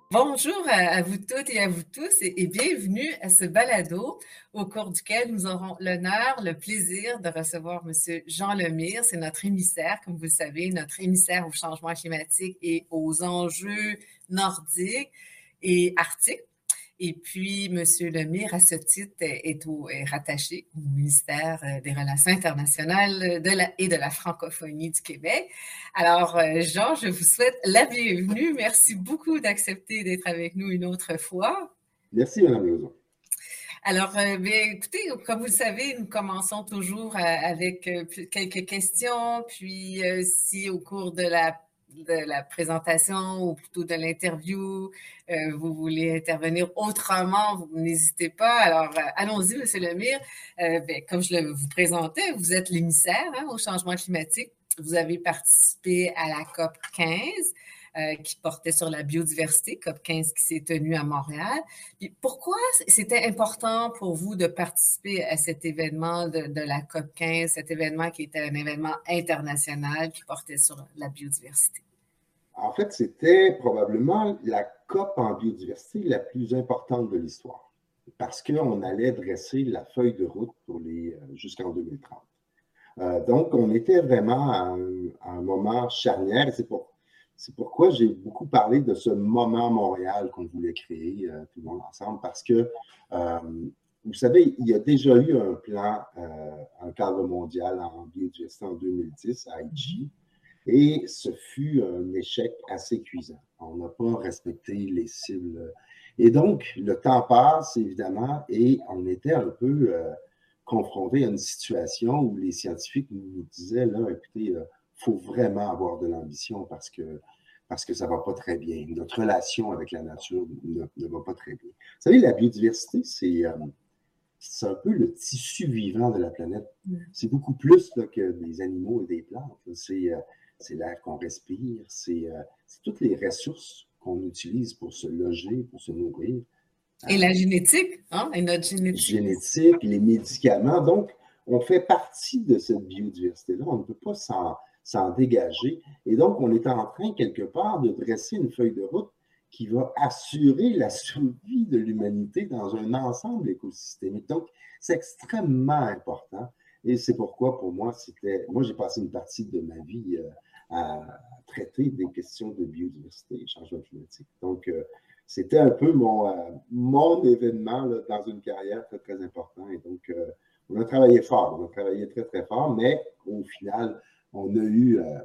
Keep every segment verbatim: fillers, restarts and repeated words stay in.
Bonjour à, à vous toutes et à vous tous et, et bienvenue à ce balado au cours duquel nous aurons l'honneur, le plaisir de recevoir Monsieur Jean Lemire. C'est notre émissaire, comme vous le savez, notre émissaire au changement climatique et aux enjeux nordiques et arctiques. Et puis, Monsieur Lemire, à ce titre, est, au, est rattaché au ministère des Relations internationales de la, et de la francophonie du Québec. Alors, euh, Jean, je vous souhaite la bienvenue. Merci beaucoup d'accepter d'être avec nous une autre fois. Merci, Mme Lauzon. Alors, euh, bien, écoutez, comme vous le savez, nous commençons toujours euh, avec euh, quelques questions, puis euh, si au cours de la de la présentation ou plutôt de l'interview, euh, vous voulez intervenir autrement, vous n'hésitez pas. Alors, euh, allons-y, Monsieur Lemire. Euh, bien, comme je le, vous présentais, vous êtes l'émissaire hein, au changement climatique. Vous avez participé à la COP quinze euh, qui portait sur la biodiversité, COP quinze qui s'est tenue à Montréal. Puis pourquoi c'était important pour vous de participer à cet événement de, de la COP quinze, cet événement qui était un événement international qui portait sur la biodiversité? En fait, c'était probablement la COP en biodiversité la plus importante de l'histoire parce qu'on allait dresser la feuille de route pour les jusqu'en deux mille trente. Euh, donc, on était vraiment à un, à un moment charnière et c'est pour, c'est pourquoi j'ai beaucoup parlé de ce moment Montréal qu'on voulait créer euh, tout le monde ensemble parce que, euh, vous savez, il y a déjà eu un plan, euh, un cadre mondial en biodiversité en deux mille dix à Aichi. Et ce fut un échec assez cuisant. On n'a pas respecté les cibles. Et donc, le temps passe, évidemment, et on était un peu euh, confronté à une situation où les scientifiques nous disaient, là, écoutez, il euh, faut vraiment avoir de l'ambition parce que, parce que ça ne va pas très bien. Notre relation avec la nature ne, ne va pas très bien. Vous savez, la biodiversité, c'est... Euh, c'est un peu le tissu vivant de la planète. C'est beaucoup plus là, que des animaux et des plantes. C'est euh, c'est l'air qu'on respire, c'est euh, toutes les ressources qu'on utilise pour se loger, pour se nourrir. Et Euh, la génétique, hein, et notre génétique. génétique, les médicaments. Donc, on fait partie de cette biodiversité-là. On ne peut pas s'en dégager. Et donc, on est en train, quelque part, de dresser une feuille de route qui va assurer la survie de l'humanité dans un ensemble écosystémique. Donc, c'est extrêmement important. Et c'est pourquoi, pour moi, c'était. Moi, j'ai passé une partie de ma vie euh, à traiter des questions de biodiversité et changement climatique. Donc, euh, c'était un peu mon, euh, mon événement là, dans une carrière très, très important. Et donc, euh, on a travaillé fort, on a travaillé très, très fort, mais au final, on a eu, euh,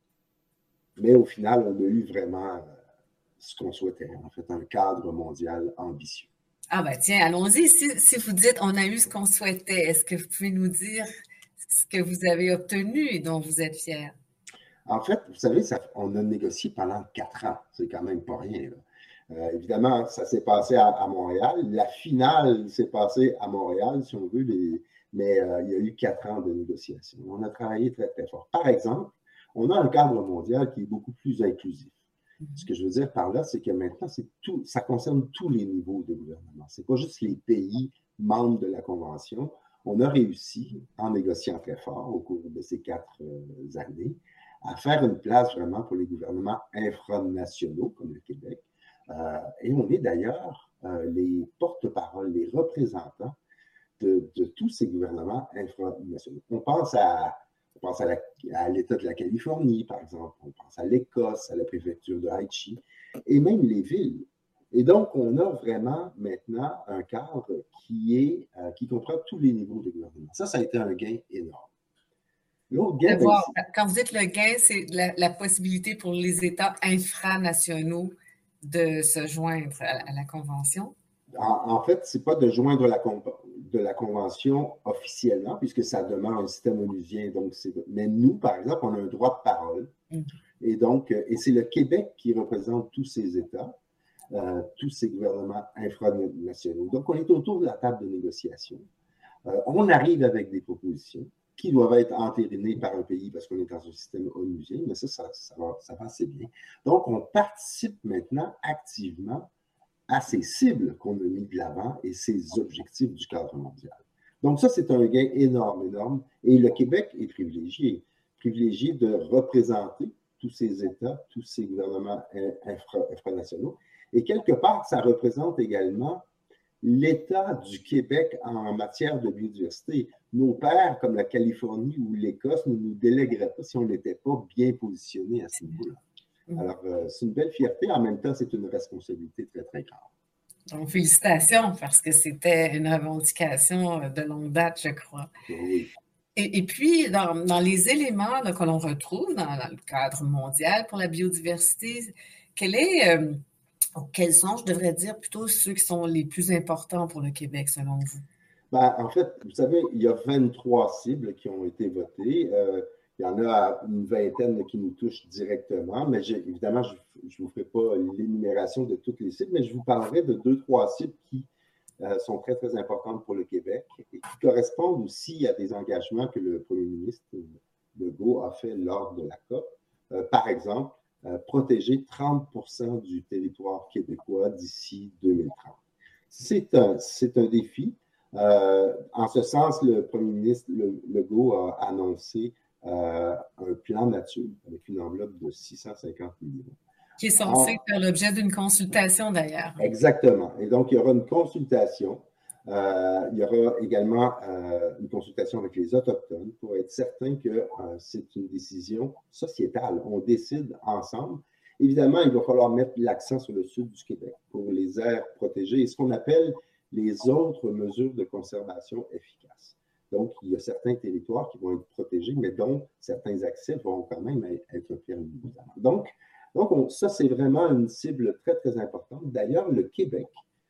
mais au final, on a eu vraiment euh, ce qu'on souhaitait, en fait, un cadre mondial ambitieux. Ah ben tiens, allons-y. Si, si vous dites on a eu ce qu'on souhaitait, est-ce que vous pouvez nous dire ce que vous avez obtenu et dont vous êtes fier? En fait, vous savez, ça, on a négocié pendant quatre ans. C'est quand même pas rien. Là. Euh, évidemment, ça s'est passé à, à, Montréal. La finale s'est passée à Montréal, si on veut, les, mais euh, il y a eu quatre ans de négociations. On a travaillé très, très fort. Par exemple, on a un cadre mondial qui est beaucoup plus inclusif. Ce que je veux dire par là, c'est que maintenant, c'est tout, ça concerne tous les niveaux de gouvernement. Ce n'est pas juste les pays membres de la Convention. On a réussi, en négociant très fort au cours de ces quatre euh, années, à faire une place vraiment pour les gouvernements infranationaux, comme le Québec. Euh, et on est d'ailleurs euh, les porte-paroles, les représentants de, de, tous ces gouvernements infranationaux. On pense à, on pense à, à l'État de la Californie, par exemple. On pense à l'Écosse, à la préfecture de Aichi, et même les villes. Et donc, on a vraiment maintenant un cadre qui, est, euh, qui comprend tous les niveaux de gouvernement. Ça, ça a été un gain énorme. L'autre gain, ben, quand vous dites le gain, c'est la, la, possibilité pour les États infranationaux de se joindre à, à la Convention. En, en fait, ce n'est pas de joindre la, de la Convention officiellement, puisque ça demeure un système onusien. Donc, mais nous, par exemple, on a un droit de parole. Mm-hmm. Et donc, et c'est le Québec qui représente tous ces États, euh, tous ces gouvernements infranationaux. Donc, on est autour de la table de négociation. Euh, on arrive avec des propositions qui doivent être entérinées par un pays parce qu'on est dans un système onusien, mais ça, ça, ça, va, ça va assez bien. Donc, on participe maintenant activement à ces cibles qu'on a mis de l'avant et ces objectifs du cadre mondial. Donc, ça, c'est un gain énorme, énorme. Et le Québec est privilégié, privilégié de représenter tous ces États, tous ces gouvernements infra, infranationaux. Et quelque part, ça représente également l'état du Québec en matière de biodiversité. Nos pairs, comme la Californie ou l'Écosse, ne nous délégueraient pas si on n'était pas bien positionné à ce niveau-là. Alors, euh, c'est une belle fierté. En même temps, c'est une responsabilité très, très grande. Donc, félicitations, parce que c'était une revendication de longue date, je crois. Oui. Et, et puis, dans, dans les éléments là, que l'on retrouve dans, dans, le cadre mondial pour la biodiversité, quel est, euh, quels sont, je devrais dire, plutôt ceux qui sont les plus importants pour le Québec, selon vous? Ben, en fait, vous savez, il y a vingt-trois cibles qui ont été votées. Euh, il y en a une vingtaine qui nous touchent directement, mais évidemment, je ne vous ferai pas l'énumération de toutes les cibles, mais je vous parlerai de deux, trois cibles qui euh, sont très, très importantes pour le Québec et qui correspondent aussi à des engagements que le premier ministre Legault a fait lors de la COP. Euh, par exemple, euh, protéger trente pour cent du territoire québécois d'ici deux mille trente. C'est un, c'est un défi. Euh, en ce sens, le premier ministre Legault a annoncé euh, un plan nature avec une enveloppe de six cent cinquante millions. Qui est censé en... faire l'objet d'une consultation d'ailleurs. Exactement. Et donc, il y aura une consultation. Euh, il y aura également euh, une consultation avec les Autochtones pour être certain que euh, c'est une décision sociétale. On décide ensemble. Évidemment, il va falloir mettre l'accent sur le sud du Québec pour les aires protégées et ce qu'on appelle les autres mesures de conservation efficaces. Donc, il y a certains territoires qui vont être protégés, mais dont certains accès vont quand même être permis. Donc, donc on, ça, c'est vraiment une cible très, très importante. D'ailleurs, le Québec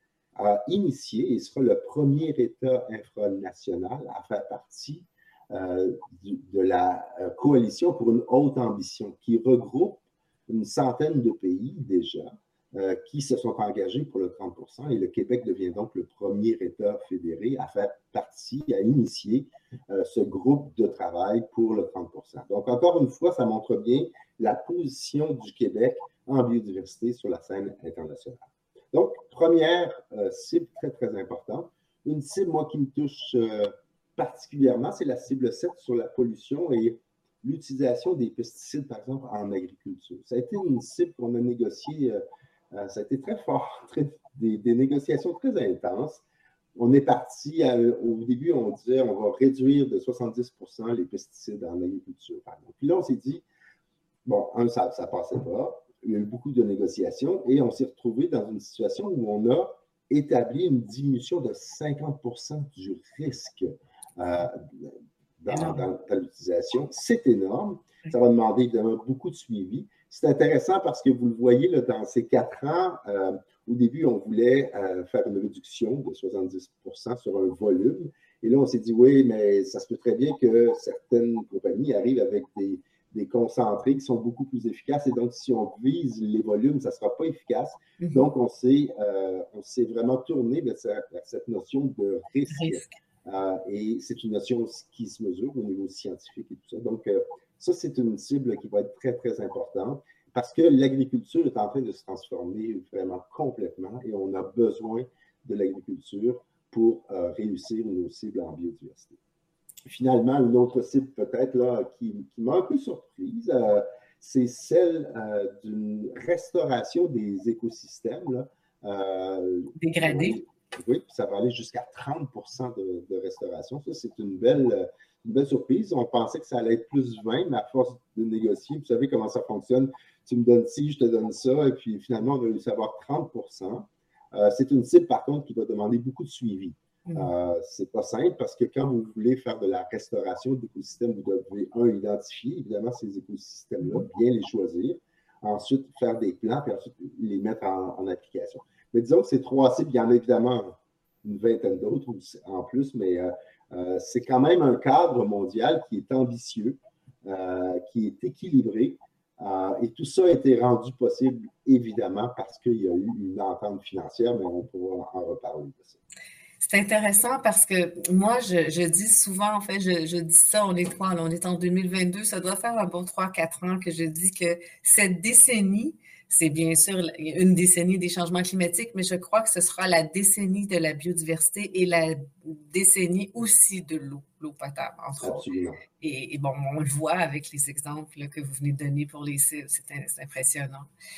a initié et sera le premier État infranational à faire partie euh, du, de la coalition pour une haute ambition qui regroupe une centaine de pays déjà euh, qui se sont engagés pour le trente pour cent et le Québec devient donc le premier État fédéré à faire partie, à initier euh, ce groupe de travail pour le trente pour cent. Donc, encore une fois, ça montre bien la position du Québec en biodiversité sur la scène internationale. Donc, première euh, cible très, très importante. Une cible, moi, qui me touche euh, particulièrement, c'est la cible sept sur la pollution et l'utilisation des pesticides, par exemple, en agriculture. Ça a été une cible qu'on a négociée, euh, euh, ça a été très fort, très, des, des négociations très intenses. On est parti, à, au début, on disait on va réduire de soixante-dix pour cent les pesticides en agriculture, par exemple. Puis là, on s'est dit, bon, un, ça ne passait pas. Il y a eu beaucoup de négociations et on s'est retrouvé dans une situation où on a établi une diminution de cinquante pour cent du risque euh, dans, dans, dans l'utilisation. C'est énorme. Ça va demander évidemment beaucoup de suivi. C'est intéressant parce que vous le voyez là, dans ces quatre ans, euh, au début, on voulait euh, faire une réduction de soixante-dix pour cent sur un volume. Et là, on s'est dit, oui, mais ça se peut très bien que certaines compagnies arrivent avec des des concentrés qui sont beaucoup plus efficaces. Et donc, si on vise les volumes, ça ne sera pas efficace. Mm-hmm. Donc, on s'est, euh, on s'est vraiment tourné vers cette notion de risque. risque. Euh, et c'est une notion qui se mesure au niveau scientifique et tout ça. Donc, euh, ça, c'est une cible qui va être très, très importante parce que l'agriculture est en train de se transformer vraiment complètement et on a besoin de l'agriculture pour euh, réussir nos cibles en biodiversité. Finalement, une autre cible peut-être là, qui, qui m'a un peu surprise, euh, c'est celle euh, d'une restauration des écosystèmes. Là, euh, Dégradés. Oui, ça va aller jusqu'à trente pour cent de, de restauration. Ça, c'est une belle, une belle surprise. On pensait que ça allait être plus vingt, mais à force de négocier, vous savez comment ça fonctionne. Tu me donnes ci, je te donne ça, et puis finalement, on a réussi à avoir trente pour cent. Euh, c'est une cible, par contre, qui va demander beaucoup de suivi. Euh, c'est pas simple parce que quand vous voulez faire de la restauration d'écosystèmes, vous devez, un, identifier évidemment ces écosystèmes-là, bien les choisir, ensuite faire des plans, puis ensuite les mettre en, en application. Mais disons que ces trois cibles, il y en a évidemment une vingtaine d'autres en plus, mais euh, euh, c'est quand même un cadre mondial qui est ambitieux, euh, qui est équilibré, euh, et tout ça a été rendu possible évidemment parce qu'il y a eu une entente financière, mais on pourra en reparler de ça. C'est intéressant parce que moi, je, je dis souvent, en fait, je, je dis ça, on est quoi, on est en deux mille vingt-deux, ça doit faire un bon trois à quatre ans que je dis que cette décennie, c'est bien sûr une décennie des changements climatiques, mais je crois que ce sera la décennie de la biodiversité et la décennie aussi de l'eau, l'eau potable, entre Absolument. autres. Et, et bon, on le voit avec les exemples là, que vous venez de donner pour les cibles, c'est, c'est impressionnant.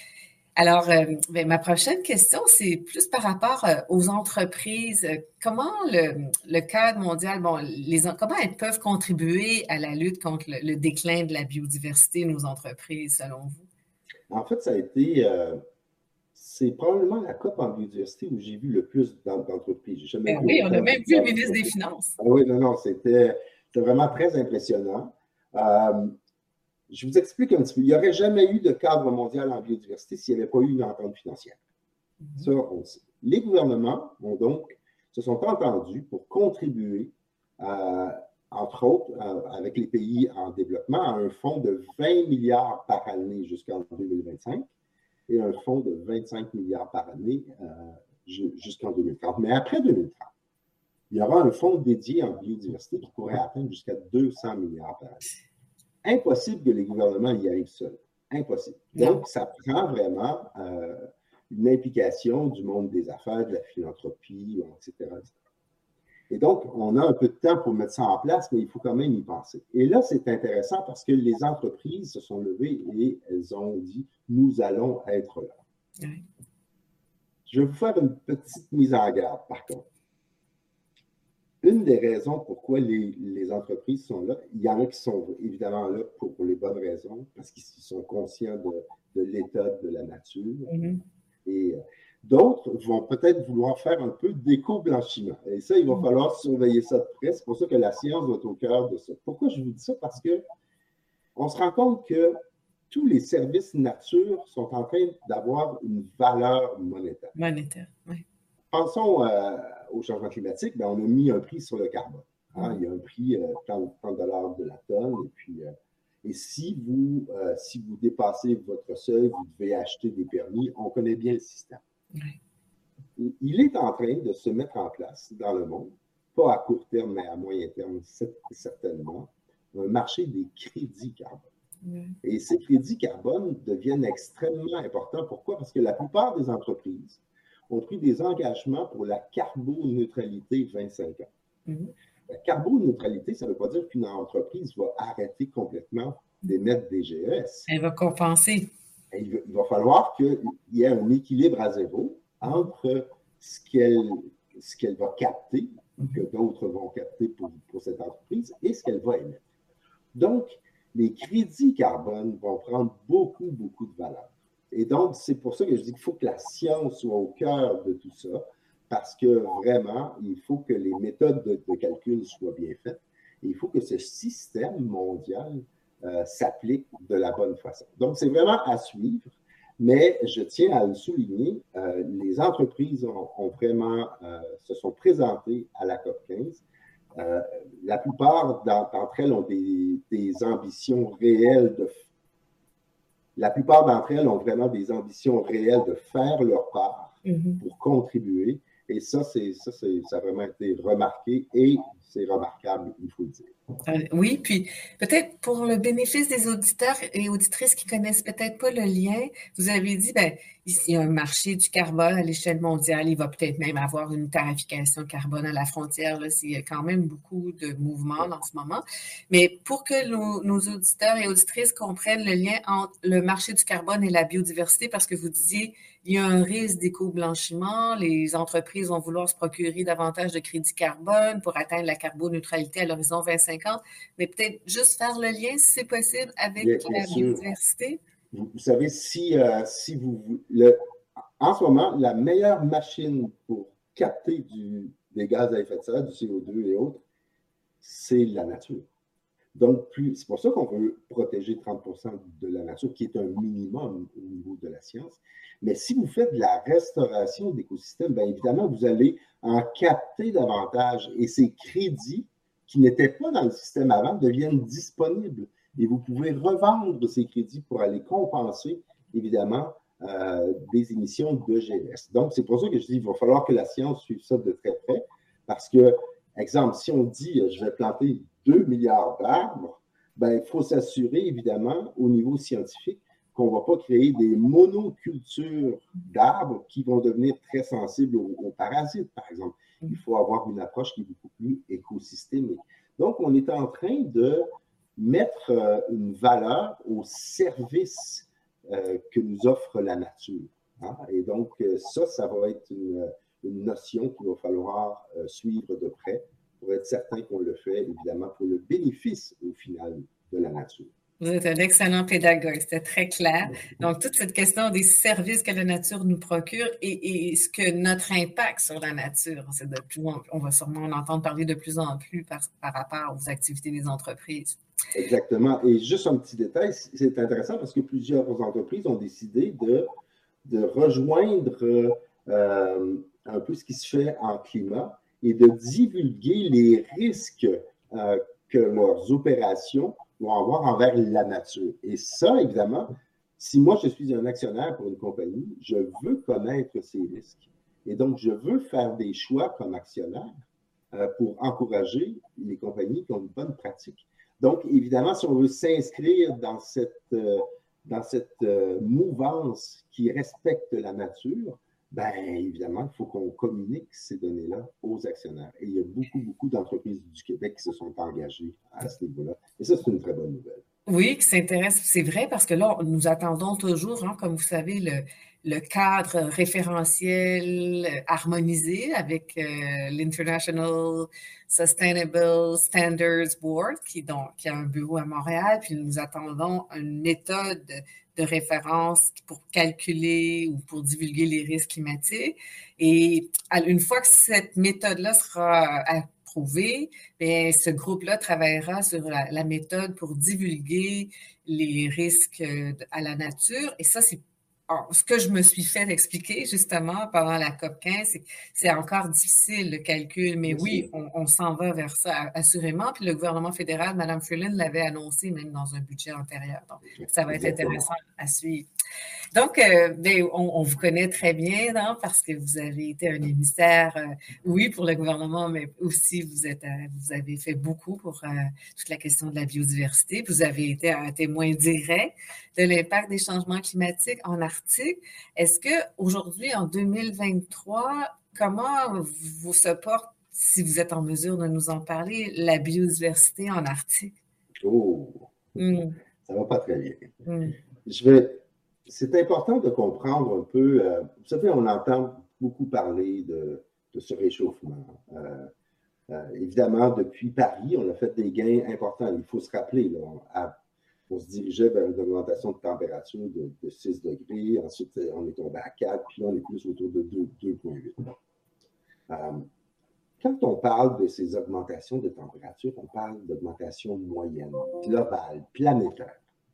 Alors, euh, ben, ma prochaine question, c'est plus par rapport euh, aux entreprises. Euh, Comment le, le cadre mondial, bon, les, en- comment elles peuvent contribuer à la lutte contre le, le déclin de la biodiversité, nos entreprises, selon vous? En fait, ça a été, euh, c'est probablement la COP en biodiversité où j'ai vu le plus d'en- d'entreprises. J'ai jamais Ben vu oui, on a autant même vu le ministre des d'entreprises. Finances. Ah oui, non, non, c'était c'était vraiment très impressionnant. Euh, je vous explique un petit peu. Il n'y aurait jamais eu de cadre mondial en biodiversité s'il n'y avait pas eu une entente financière. Ça, on le sait. Les gouvernements ont donc, se sont entendus pour contribuer, à, entre autres, à, avec les pays en développement, à un fonds de vingt milliards par année jusqu'en deux mille vingt-cinq et un fonds de vingt-cinq milliards par année euh, jusqu'en deux mille trente. Mais après deux mille trente, il y aura un fonds dédié en biodiversité qui pourrait atteindre jusqu'à deux cents milliards par année. Impossible que les gouvernements y arrivent seuls. Impossible. Non. Donc, ça prend vraiment euh, une implication du monde des affaires, de la philanthropie, et cetera, et cetera. Et donc, on a un peu de temps pour mettre ça en place, mais il faut quand même y penser. Et là, c'est intéressant parce que les entreprises se sont levées et elles ont dit, nous allons être là. Oui. Je vais vous faire une petite mise en garde, par contre. Une des raisons pourquoi les, les entreprises sont là, il y en a qui sont évidemment là pour, pour les bonnes raisons, parce qu'ils sont conscients de, de l'état de la nature. Mm-hmm. Et d'autres vont peut-être vouloir faire un peu d'éco-blanchiment. Et ça, il va falloir surveiller ça de près. C'est pour ça que la science va être au cœur de ça. Pourquoi je vous dis ça? Parce qu'on se rend compte que tous les services nature sont en train d'avoir une valeur monétaire. Monétaire, oui. Pensons euh, au changement climatique, ben, on a mis un prix sur le carbone. Hein? Mm-hmm. Il y a un prix, euh, trente dollars de la tonne. Et, puis, euh, et si, vous, euh, si vous dépassez votre seuil, vous devez acheter des permis. On connaît bien le système. Oui. Il est en train de se mettre en place dans le monde, pas à court terme, mais à moyen terme, certainement, un marché des crédits carbone. Oui. Et ces crédits carbone deviennent extrêmement importants. Pourquoi? Parce que la plupart des entreprises ont pris des engagements pour la carboneutralité vingt-cinq ans. Mm-hmm. La carboneutralité, ça ne veut pas dire qu'une entreprise va arrêter complètement d'émettre des G E S. Elle va compenser. Et il, va, il va falloir qu'il y ait un équilibre à zéro entre ce qu'elle, ce qu'elle va capter, mm-hmm. que d'autres vont capter pour, pour cette entreprise, et ce qu'elle va émettre. Donc, les crédits carbone vont prendre beaucoup, beaucoup de valeur. Et donc, c'est pour ça que je dis qu'il faut que la science soit au cœur de tout ça, parce que vraiment, il faut que les méthodes de, de calcul soient bien faites. Et il faut que ce système mondial euh, s'applique de la bonne façon. Donc, c'est vraiment à suivre, mais je tiens à le souligner, euh, les entreprises ont, ont vraiment, euh, se sont présentées à la COP quinze. Euh, la plupart d'entre elles ont des, des ambitions réelles de La plupart d'entre elles ont vraiment des ambitions réelles de faire leur part mm-hmm. pour contribuer. Et ça, c'est, ça, c'est, ça a vraiment été remarqué et c'est remarquable, il faut le dire. Oui, puis peut-être pour le bénéfice des auditeurs et auditrices qui connaissent peut-être pas le lien, vous avez dit, ben, ici, il y a un marché du carbone à l'échelle mondiale, il va peut-être même avoir une tarification carbone à la frontière, là, il y a quand même beaucoup de mouvements en ce moment. Mais pour que nos, nos auditeurs et auditrices comprennent le lien entre le marché du carbone et la biodiversité, parce que vous disiez, il y a un risque d'éco-blanchiment, les entreprises vont vouloir se procurer davantage de crédits carbone pour atteindre la carboneutralité à l'horizon vingt cinquante, mais peut-être juste faire le lien, si c'est possible, avec bien, la bien biodiversité. Vous, vous savez, si, euh, si vous... Le, en ce moment, la meilleure machine pour capter du, des gaz à effet de serre, du C O deux et autres, c'est la nature. Donc, c'est pour ça qu'on veut protéger trente pour cent de la nature, qui est un minimum au niveau de la science. Mais si vous faites de la restauration d'écosystèmes, bien évidemment, vous allez en capter davantage. Et ces crédits qui n'étaient pas dans le système avant deviennent disponibles. Et vous pouvez revendre ces crédits pour aller compenser, évidemment, euh, des émissions de G E S. Donc, c'est pour ça que je dis qu'il va falloir que la science suive ça de très près. Parce que, exemple, si on dit je vais planter deux milliards d'arbres, ben, il faut s'assurer, évidemment, au niveau scientifique, qu'on ne va pas créer des monocultures d'arbres qui vont devenir très sensibles aux, aux parasites, par exemple. Il faut avoir une approche qui est beaucoup plus écosystémique. Donc, on est en train de mettre euh, une valeur au service euh, que nous offre la nature. Hein? Et donc, euh, ça, ça va être une, une notion qu'il va falloir euh, suivre de près pour être certain qu'on le fait, évidemment, pour le bénéfice, au final, de la nature. Vous êtes un excellent pédagogue, c'était très clair. Donc, toute cette question des services que la nature nous procure et, et ce que notre impact sur la nature, c'est de plus, on, on va sûrement en entendre parler de plus en plus par, par rapport aux activités des entreprises. Exactement. Et juste un petit détail, c'est intéressant parce que plusieurs entreprises ont décidé de, de rejoindre euh, un peu ce qui se fait en climat et de divulguer les risques euh, que leurs opérations vont avoir envers la nature. Et ça, évidemment, si moi je suis un actionnaire pour une compagnie, je veux connaître ces risques. Et donc, je veux faire des choix comme actionnaire euh, pour encourager les compagnies qui ont une bonne pratique. Donc, évidemment, si on veut s'inscrire dans cette, euh, dans cette euh, mouvance qui respecte la nature, bien évidemment, il faut qu'on communique ces données-là aux actionnaires. Et il y a beaucoup, beaucoup d'entreprises du Québec qui se sont engagées à ce niveau-là. Et ça, c'est une très bonne nouvelle. Oui, qui s'intéresse, c'est vrai, parce que là, nous attendons toujours, hein, comme vous savez, le, le cadre référentiel harmonisé avec euh, l'International Sustainable Standards Board, qui, donc, qui a un bureau à Montréal, puis nous attendons une méthode de référence pour calculer ou pour divulguer les risques climatiques. Et une fois que cette méthode-là sera approuvée, bien, ce groupe-là travaillera sur la, la méthode pour divulguer les risques à la nature. Et ça, c'est ce que je me suis fait expliquer justement pendant la COP quinze, c'est, c'est encore difficile le calcul, mais oui, on, on s'en va vers ça assurément. Puis le gouvernement fédéral, Mme Freeland, l'avait annoncé même dans un budget antérieur. Donc, ça va être intéressant à suivre. Donc, euh, bien, on, on vous connaît très bien, non? Parce que vous avez été un émissaire, euh, oui, pour le gouvernement, mais aussi vous êtes, euh, vous avez fait beaucoup pour euh, toute la question de la biodiversité. Vous avez été un témoin direct de l'impact des changements climatiques en Arctique. Est-ce que aujourd'hui, en deux mille vingt-trois, comment vous se porte, si vous êtes en mesure de nous en parler, la biodiversité en Arctique? Oh, mm. Ça va pas très bien. Mm. Je vais. C'est important de comprendre un peu. Euh, vous savez, on entend beaucoup parler de, de ce réchauffement. Euh, euh, évidemment, depuis Paris, on a fait des gains importants. Il faut se rappeler, là, on, à, on se dirigeait vers une augmentation de température de, de six degrés. Ensuite, on est tombé à quatre, puis là, on est plus autour de deux virgule huit. Euh, quand on parle de ces augmentations de température, on parle d'augmentation moyenne, globale, planétaire.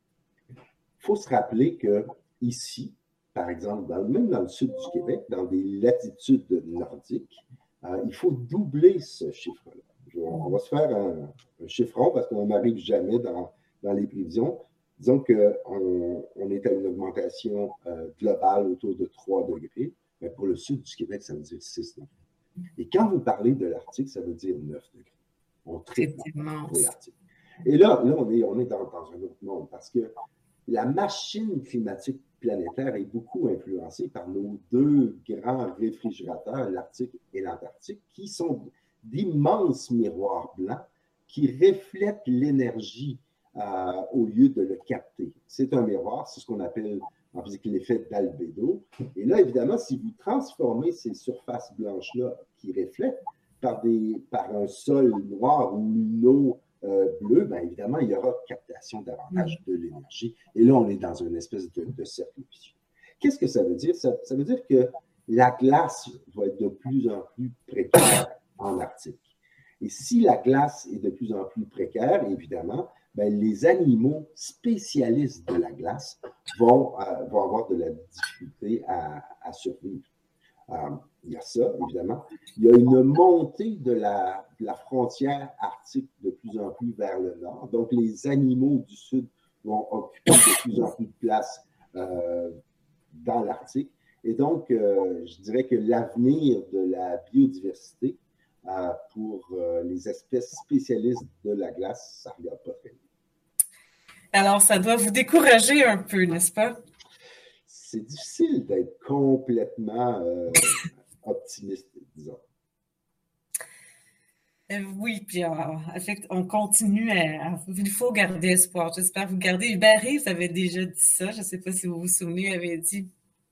Il faut se rappeler que ici, par exemple, dans, même dans le sud du Québec, dans des latitudes nordiques, euh, il faut doubler ce chiffre-là. On va se faire un, un chiffron parce qu'on n'arrive jamais dans, dans les prévisions. Disons qu'on on est à une augmentation euh, globale autour de trois degrés. Mais pour le sud du Québec, ça veut dire six degrés. Et quand vous parlez de l'Arctique, ça veut dire neuf degrés. On triple pour l'Arctique. Et là, là on est, on est dans, dans un autre monde parce que la machine climatique planétaire est beaucoup influencée par nos deux grands réfrigérateurs, l'Arctique et l'Antarctique, qui sont d'immenses miroirs blancs qui reflètent l'énergie euh, au lieu de le capter. C'est un miroir, c'est ce qu'on appelle en physique l'effet d'albédo. Et là, évidemment, si vous transformez ces surfaces blanches-là qui reflètent par, des, par un sol noir ou une eau Euh, bleu, bien évidemment, il y aura captation davantage de l'énergie. Et là, on est dans une espèce de, de cercle vicieux. Qu'est-ce que ça veut dire? Ça, ça veut dire que la glace va être de plus en plus précaire en Arctique. Et si la glace est de plus en plus précaire, évidemment, bien, les animaux spécialistes de la glace vont, euh, vont avoir de la difficulté à, à survivre. Euh, il y a ça, évidemment. Il y a une montée de la, de la frontière arctique de plus en plus vers le nord. Donc, les animaux du sud vont occuper de plus en plus de place euh, dans l'Arctique. Et donc, euh, je dirais que l'avenir de la biodiversité euh, pour euh, les espèces spécialistes de la glace, ça ne regarde pas très bien. Alors, ça doit vous décourager un peu, n'est-ce pas? C'est difficile d'être complètement euh, optimiste, disons. Euh, oui, puis euh, en fait, on continue à, à- il faut garder espoir. J'espère que vous gardez. Barry, vous avez déjà dit ça. Je ne sais pas si vous vous souvenez, il avait dit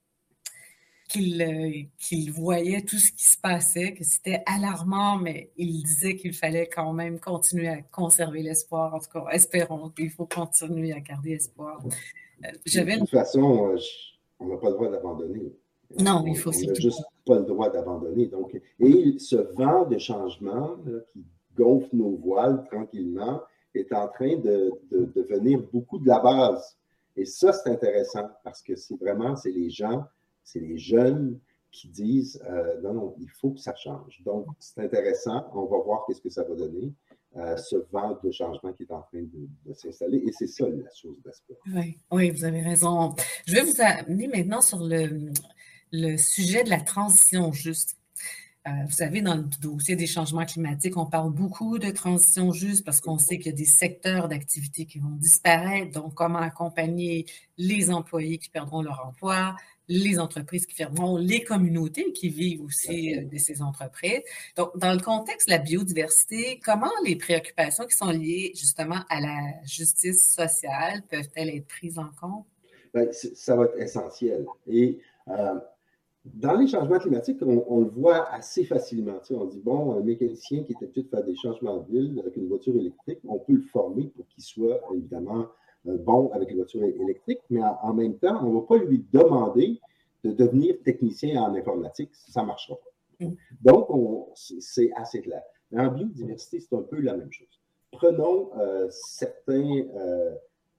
qu'il euh, qu'il voyait tout ce qui se passait, que c'était alarmant, mais il disait qu'il fallait quand même continuer à conserver l'espoir. En tout cas, espérons qu'il faut continuer à garder espoir. Euh, De J'avais toute façon, euh, je- on n'a pas le droit d'abandonner. non, il faut On n'a surtout juste pas le droit d'abandonner. Donc, et ce vent de changement là, qui gonfle nos voiles tranquillement est en train de, de, de venir beaucoup de la base. Et ça, c'est intéressant parce que c'est vraiment, c'est les gens, c'est les jeunes qui disent euh, non, non, il faut que ça change. Donc, c'est intéressant. On va voir qu'est-ce que ça va donner, euh, ce vent de changement qui est en train de, de s'installer. Et c'est ça la source d'espoir. oui, oui, vous avez raison. Je vais vous amener maintenant sur le, le sujet de la transition juste. Euh, vous savez, dans le dossier des changements climatiques, on parle beaucoup de transition juste parce qu'on sait qu'il y a des secteurs d'activité qui vont disparaître. Donc, comment accompagner les employés qui perdront leur emploi, les entreprises qui fermeront, les communautés qui vivent aussi euh, de ces entreprises. Donc, dans le contexte de la biodiversité, comment les préoccupations qui sont liées justement à la justice sociale peuvent-elles être prises en compte? Ben, ça va être essentiel. Et euh, dans les changements climatiques, on, on le voit assez facilement. Tu sais, on dit, bon, un mécanicien qui est habitué de faire des changements de ville avec une voiture électrique, on peut le former pour qu'il soit évidemment euh, bon avec les voitures électriques, mais en, en même temps, on ne va pas lui demander de devenir technicien en informatique. Ça ne marchera pas. Mm. Donc, c'est assez clair. Mais en biodiversité, c'est un peu la même chose. Prenons euh, certains... Euh,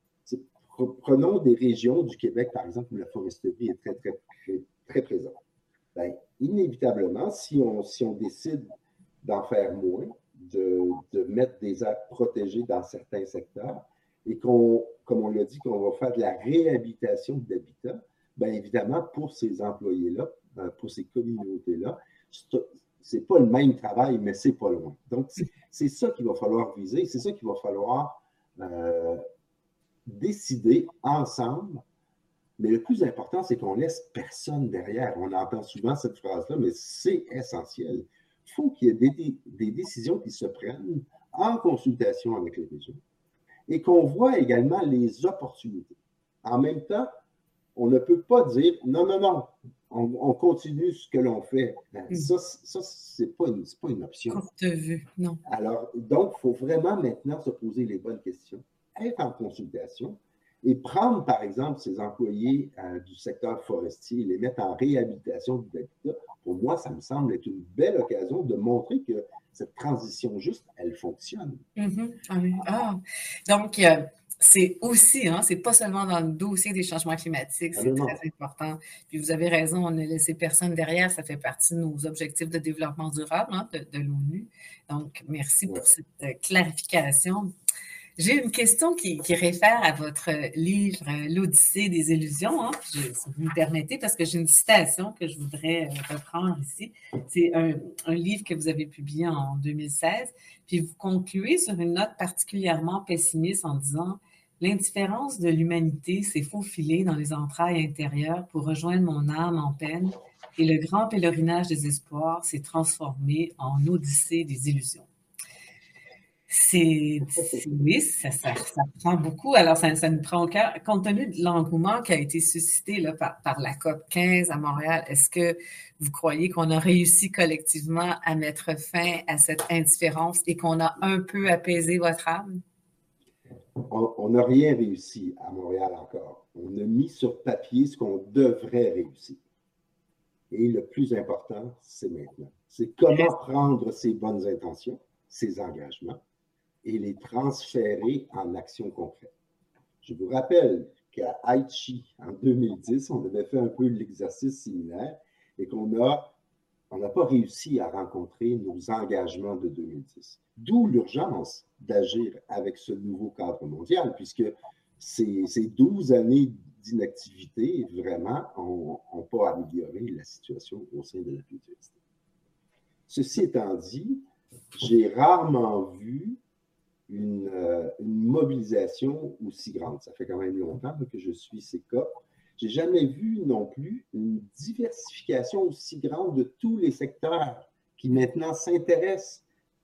Prenons des régions du Québec, par exemple, où la foresterie est très, très, très, très présente. Bien, inévitablement, si on, si on décide d'en faire moins, de, de mettre des aires protégées dans certains secteurs, et qu'on, comme on l'a dit, qu'on va faire de la réhabilitation d'habitats, bien évidemment, pour ces employés-là, pour ces communautés-là, c'est pas le même travail, mais c'est pas loin. Donc, c'est ça qu'il va falloir viser, c'est ça qu'il va falloir euh, décider ensemble. Mais le plus important, c'est qu'on laisse personne derrière. On entend souvent cette phrase-là, mais c'est essentiel. Il faut qu'il y ait des, des, décisions qui se prennent en consultation avec les régions et qu'on voit également les opportunités. En même temps, on ne peut pas dire non, non, non, on, on continue ce que l'on fait. Ça, ça c'est pas, pas une option. Courte vue, non. Alors, donc, il faut vraiment maintenant se poser les bonnes questions, être en consultation et prendre, par exemple, ces employés euh, du secteur forestier et les mettre en réhabilitation d'habitat. Pour moi, ça me semble être une belle occasion de montrer que cette transition juste, elle fonctionne. Mm-hmm. Ah, donc, euh, c'est aussi, hein, c'est pas seulement dans le dossier des changements climatiques, c'est très important. Puis vous avez raison, on ne laisse personne derrière, ça fait partie de nos objectifs de développement durable hein, de, de l'ONU. Donc, merci ouais. pour cette euh, clarification. J'ai une question qui, qui réfère à votre livre « L'Odyssée des illusions hein. ». Si vous me permettez, parce que j'ai une citation que je voudrais reprendre ici. C'est un, un livre que vous avez publié en deux mille seize. Puis vous concluez sur une note particulièrement pessimiste en disant « L'indifférence de l'humanité s'est faufilée dans les entrailles intérieures pour rejoindre mon âme en peine et le grand pèlerinage des espoirs s'est transformé en Odyssée des illusions ». C'est, oui, ça, ça, ça prend beaucoup. Alors, ça, ça nous prend au cœur. Compte tenu de l'engouement qui a été suscité là, par, par la COP quinze à Montréal, est-ce que vous croyez qu'on a réussi collectivement à mettre fin à cette indifférence et qu'on a un peu apaisé votre âme? On n'a rien réussi à Montréal encore. On a mis sur papier ce qu'on devrait réussir. Et le plus important, c'est maintenant. C'est comment prendre ces bonnes intentions, ces engagements, et les transférer en actions concrètes. Je vous rappelle qu'à Aichi, en deux mille dix, on avait fait un peu l'exercice similaire et qu'on a, on n'a pas réussi à rencontrer nos engagements de deux mille dix. D'où l'urgence d'agir avec ce nouveau cadre mondial, puisque ces, ces douze années d'inactivité, vraiment, n'ont pas amélioré la situation au sein de la biodiversité. Ceci étant dit, j'ai rarement vu Une, euh, une mobilisation aussi grande. Ça fait quand même longtemps que je suis ces COP. Je n'ai jamais vu non plus une diversification aussi grande de tous les secteurs qui maintenant s'intéressent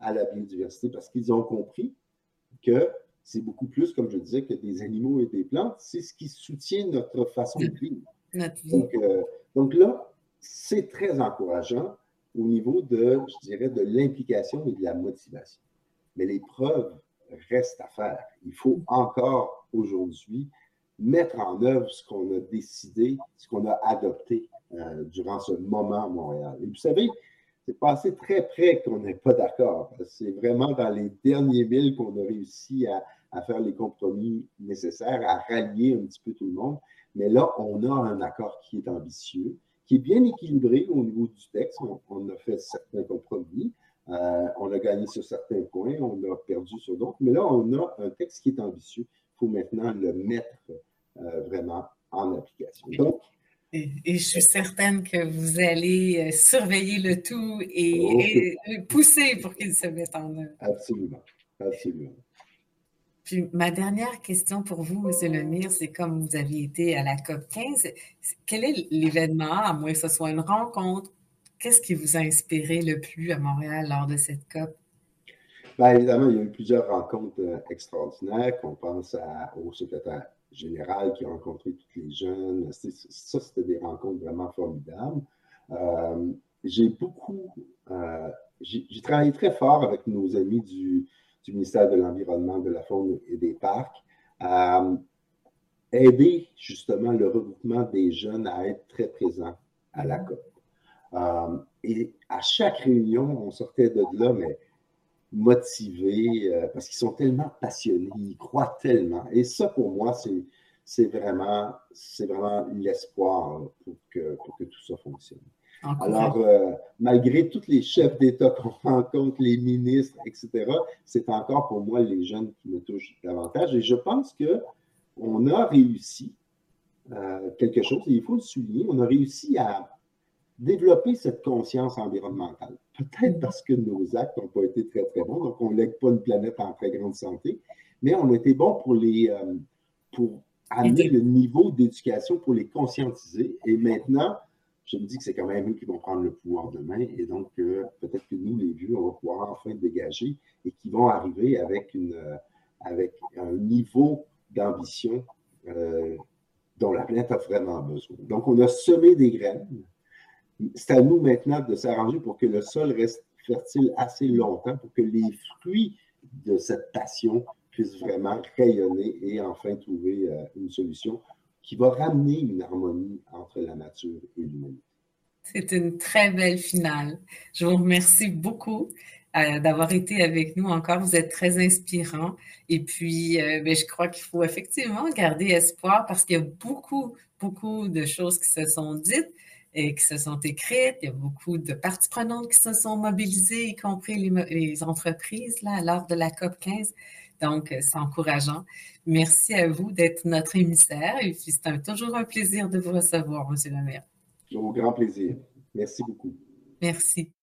à la biodiversité parce qu'ils ont compris que c'est beaucoup plus, comme je disais, que des animaux et des plantes. C'est ce qui soutient notre façon de vivre. Notre vie. Donc, euh, donc là, c'est très encourageant au niveau de, je dirais, de l'implication et de la motivation. Mais les preuves restent à faire. Il faut encore aujourd'hui mettre en œuvre ce qu'on a décidé, ce qu'on a adopté euh, durant ce moment à Montréal. Et vous savez, c'est passé très près qu'on n'est pas d'accord. C'est vraiment dans les derniers milles qu'on a réussi à, à faire les compromis nécessaires, à rallier un petit peu tout le monde. Mais là, on a un accord qui est ambitieux, qui est bien équilibré au niveau du texte. On, on a fait certains compromis. Euh, on a gagné sur certains points, on a perdu sur d'autres. Mais là, on a un texte qui est ambitieux. Il faut maintenant le mettre euh, vraiment en application. Donc, Et, et je suis certaine que vous allez surveiller le tout et, oh, et pousser pour qu'il se mette en œuvre. Absolument, absolument. Puis ma dernière question pour vous, M. Lemire, c'est comme vous avez été à la COP quinze, quel est l'événement, à moins que ce soit une rencontre, qu'est-ce qui vous a inspiré le plus à Montréal lors de cette COP? Bien, évidemment, il y a eu plusieurs rencontres extraordinaires. On pense à, au secrétaire général qui a rencontré tous les jeunes. Ça, c'était des rencontres vraiment formidables. Euh, j'ai beaucoup, euh, j'ai travaillé très fort avec nos amis du, du ministère de l'Environnement, de la Faune et des Parcs à aider justement le regroupement des jeunes à être très présents à la COP. Euh, et à chaque réunion, on sortait de là, mais motivés, euh, parce qu'ils sont tellement passionnés, ils croient tellement. Et ça, pour moi, c'est, c'est vraiment, c'est vraiment l'espoir pour que, pour que tout ça fonctionne. Alors, euh, malgré tous les chefs d'État qu'on rencontre, les ministres, et cetera, c'est encore pour moi les jeunes qui me touchent davantage. Et je pense qu'on a réussi euh, quelque chose, et il faut le souligner, on a réussi à développer cette conscience environnementale. Peut-être parce que nos actes n'ont pas été très, très bons, donc on ne lègue pas une planète en très grande santé, mais on a été bons pour, les, euh, pour amener le niveau d'éducation, pour les conscientiser. Et maintenant, je me dis que c'est quand même eux qui vont prendre le pouvoir demain. Et donc, euh, peut-être que nous, les vieux, on va pouvoir enfin dégager et qui vont arriver avec, une, euh, avec un niveau d'ambition euh, dont la planète a vraiment besoin. Donc, on a semé des graines. C'est à nous maintenant de s'arranger pour que le sol reste fertile assez longtemps, pour que les fruits de cette passion puissent vraiment rayonner et enfin trouver euh, une solution qui va ramener une harmonie entre la nature et l'humanité. C'est une très belle finale. Je vous remercie beaucoup euh, d'avoir été avec nous encore. Vous êtes très inspirant. Et puis, euh, ben, je crois qu'il faut effectivement garder espoir parce qu'il y a beaucoup, beaucoup de choses qui se sont dites et qui se sont écrites. Il y a beaucoup de parties prenantes qui se sont mobilisées, y compris les, les entreprises, là, lors de la COP quinze. Donc, c'est encourageant. Merci à vous d'être notre émissaire. Et puis, c'est un, toujours un plaisir de vous recevoir, M. Lemire. Au grand plaisir. Merci beaucoup. Merci.